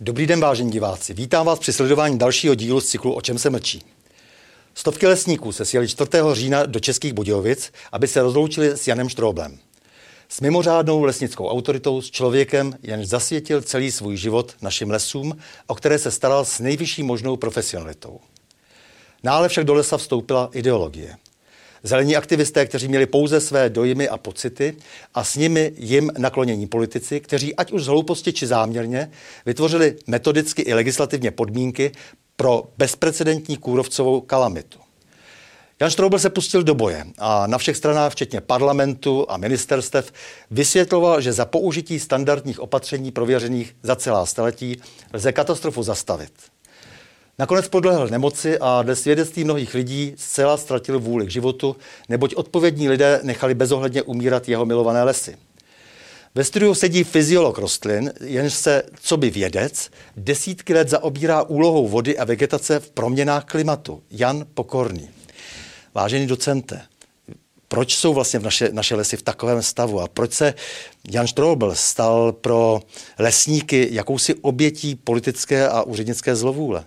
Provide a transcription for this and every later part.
Dobrý den, vážení diváci. Vítám vás při sledování dalšího dílu z cyklu O čem se mlčí. Stovky lesníků se sjeli 4. října do Českých Budějovic, aby se rozloučili s Janem Štroublem. S mimořádnou lesnickou autoritou, s člověkem, jenž zasvětil celý svůj život našim lesům, o které se staral s nejvyšší možnou profesionalitou. Náhle však do lesa vstoupila ideologie. Zelení aktivisté, kteří měli pouze své dojmy a pocity a s nimi jim naklonění politici, kteří ať už z hlouposti či záměrně vytvořili metodicky i legislativně podmínky pro bezprecedentní kůrovcovou kalamitu. Jan Štroubl se pustil do boje a na všech stranách, včetně parlamentu a ministerstev, vysvětloval, že za použití standardních opatření prověřených za celá staletí lze katastrofu zastavit. Nakonec podlehl nemoci a dle svědectví mnohých lidí zcela ztratil vůli k životu, neboť odpovědní lidé nechali bezohledně umírat jeho milované lesy. Ve studiu sedí fyziolog rostlin, jenž se, coby vědec, desítky let zaobírá úlohou vody a vegetace v proměnách klimatu. Jan Pokorný. Vážený docente, proč jsou vlastně naše lesy v takovém stavu a proč se Jan Štroubl stal pro lesníky jakousi obětí politické a úřednické zlovůle?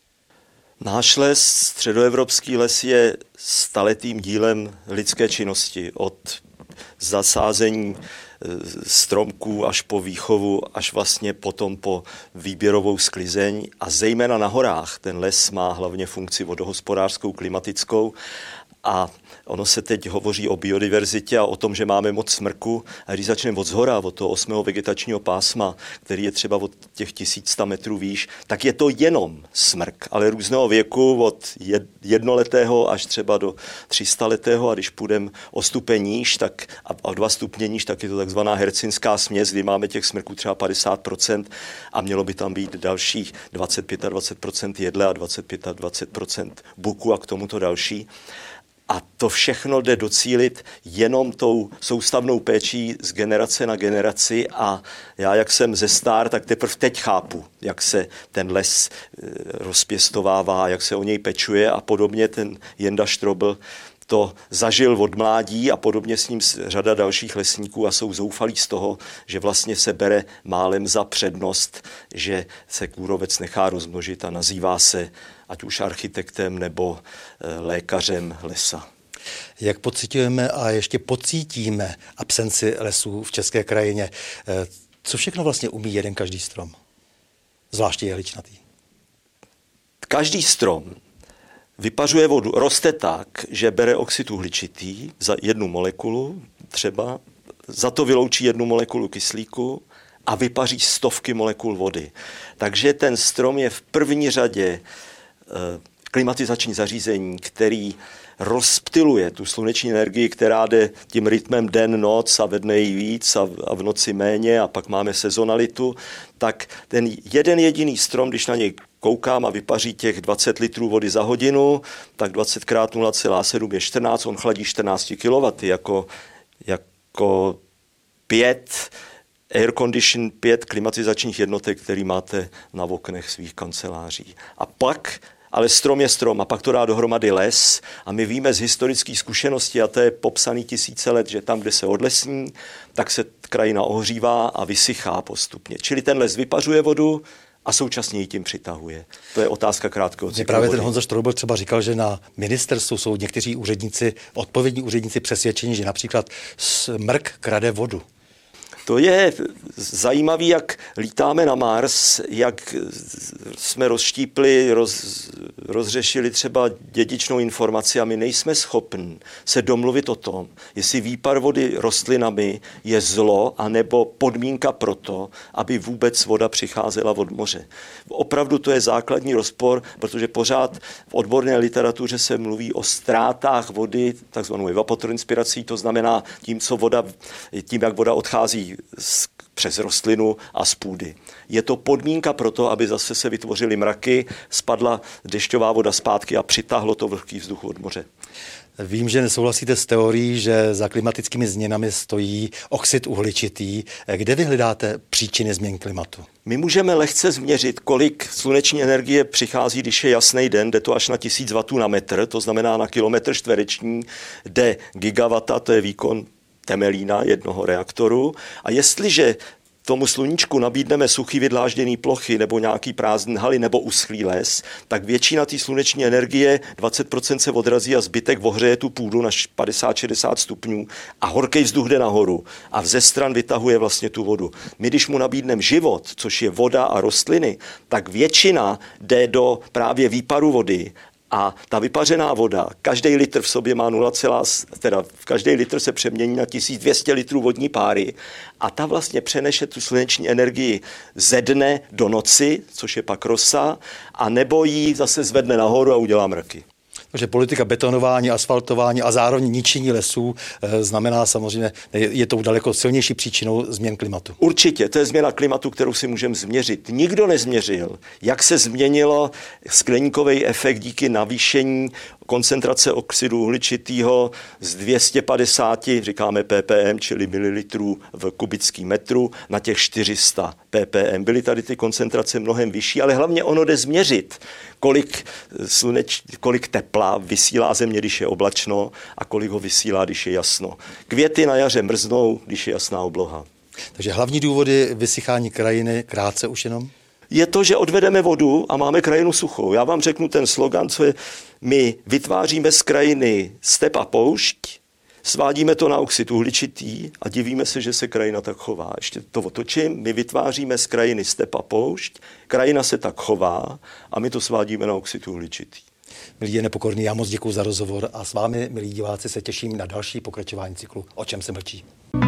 Náš les, středoevropský les, je staletým dílem lidské činnosti. Od zasázení stromků až po výchovu, až vlastně potom po výběrovou sklizeň. A zejména na horách ten les má hlavně funkci vodohospodářskou, klimatickou. A ono se teď hovoří o biodiverzitě a o tom, že máme moc smrku. A když začneme od zhora, od toho 8. vegetačního pásma, který je třeba od těch 1100 metrů výš, tak je to jenom smrk, ale různého věku, od jednoletého až třeba do 300letého. A když půjdeme o stupeň níž, tak a 2 stupně níž, tak je to takzvaná hercinská směs, kdy máme těch smrků třeba 50% a mělo by tam být dalších 25% jedle a 25% buku a k tomuto další. A to všechno jde docílit jenom tou soustavnou péčí z generace na generaci a já, jak jsem ze star, tak teprve teď chápu, jak se ten les rozpěstovává, jak se o něj pečuje a podobně ten Jenda Štroubl to zažil od mládí a podobně s ním řada dalších lesníků a jsou zoufalí z toho, že vlastně se bere málem za přednost, že se kůrovec nechá rozmnožit a nazývá se ať už architektem nebo lékařem lesa. Jak pociťujeme a ještě pocítíme absenci lesů v české krajině? Co všechno vlastně umí jeden každý strom? Zvláště jehličnatý. Každý strom vypařuje vodu, roste tak, že bere oxid uhličitý za 1 molekulu třeba, za to vyloučí 1 molekulu kyslíku a vypaří stovky molekul vody. Takže ten strom je v první řadě klimatizační zařízení, který rozptyluje tu sluneční energii, která jde tím rytmem den-noc a ve dne jí víc a v noci méně a pak máme sezonalitu, tak ten jeden jediný strom, když na něj koukám a vypaří těch 20 litrů vody za hodinu, tak 20 x 0,7 je 14, on chladí 14 kW, jako 5 air condition, 5 klimatizačních jednotek, který máte na oknech svých kanceláří. A pak ale strom je strom a pak to dá dohromady les a my víme z historické zkušenosti, a to je popsaný tisíce let, že tam, kde se odlesní, tak se krajina ohřívá a vysychá postupně. Čili ten les vypařuje vodu a současně ji tím přitahuje. To je otázka krátkého cyklu právě vody. Ten Honza Štroubl třeba říkal, že na ministerstvu jsou někteří úředníci, odpovědní úředníci přesvědčeni, že například smrk krade vodu. To je zajímavé, jak lítáme na Mars, jak jsme rozštípli, rozřešili třeba dědičnou informaci a my nejsme schopni se domluvit o tom, jestli výpar vody rostlinami je zlo anebo podmínka pro to, aby vůbec voda přicházela od moře. Opravdu to je základní rozpor, protože pořád v odborné literatuře se mluví o ztrátách vody, takzvanou evapotranspirací, to znamená tím, jak voda odchází přes rostlinu a z půdy. Je to podmínka pro to, aby zase se vytvořily mraky, spadla dešťová voda zpátky a přitáhlo to vlhký vzduch od moře. Vím, že nesouhlasíte s teorií, že za klimatickými změnami stojí oxid uhličitý. Kde vy hledáte příčiny změn klimatu? My můžeme lehce změřit, kolik sluneční energie přichází, když je jasný den, jde to až na 1000 W na metr, to znamená na kilometr čtvereční, jde gigawata, to je výkon Temelína, jednoho reaktoru. A jestliže tomu sluníčku nabídneme suchý vydlážděný plochy nebo nějaký prázdný haly nebo uschlý les, tak většina té sluneční energie, 20% se odrazí a zbytek ohřeje tu půdu na 50-60 stupňů a horký vzduch jde nahoru a ze stran vytahuje vlastně tu vodu. My, když mu nabídneme život, což je voda a rostliny, tak většina jde do právě výparu vody. A ta vypařená voda, každý litr v sobě má v každý litr se přemění na 1200 litrů vodní páry a ta vlastně přenese tu sluneční energii ze dne do noci, což je pak rosa, a nebo ji zase zvedne nahoru a udělá mraky. Takže politika betonování, asfaltování a zároveň ničení lesů znamená samozřejmě, je to daleko silnější příčinou změn klimatu. Určitě, to je změna klimatu, kterou si můžeme změřit. Nikdo nezměřil, jak se změnilo skleníkový efekt díky navýšení koncentrace oxidu uhličitého z 250, říkáme ppm, čili mililitrů v kubický metru, na těch 400 ppm. Byly tady ty koncentrace mnohem vyšší, ale hlavně ono jde změřit, kolik tepla vysílá země, když je oblačno, a kolik ho vysílá, když je jasno. Květy na jaře mrznou, když je jasná obloha. Takže hlavní důvody vysychání krajiny, krátce už jenom? Je to, že odvedeme vodu a máme krajinu suchou. Já vám řeknu ten slogan, co je: my vytváříme z krajiny step a poušť, svádíme to na oxid uhličitý a divíme se, že se krajina tak chová. Ještě to otočím, my vytváříme z krajiny step a poušť, krajina se tak chová a my to svádíme na oxid uhličitý. Milí Nepokorný, já moc děkuji za rozhovor a s vámi, milí diváci, se těším na další pokračování cyklu O čem se mlčí.